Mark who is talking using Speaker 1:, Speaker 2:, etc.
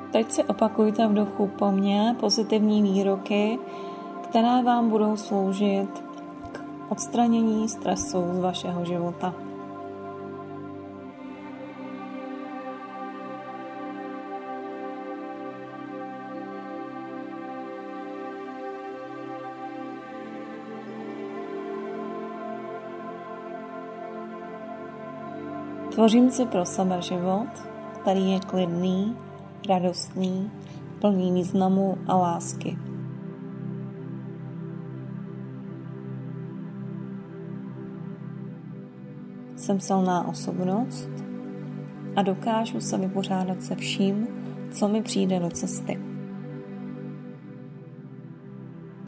Speaker 1: Teď si opakujte v duchu po mně pozitivní výroky, které vám budou sloužit k odstranění stresu z vašeho života. Tvořím si pro sebe život, který je klidný, radostný, plný významu a lásky. Jsem silná osobnost a dokážu se vypořádat se vším, co mi přijde do cesty.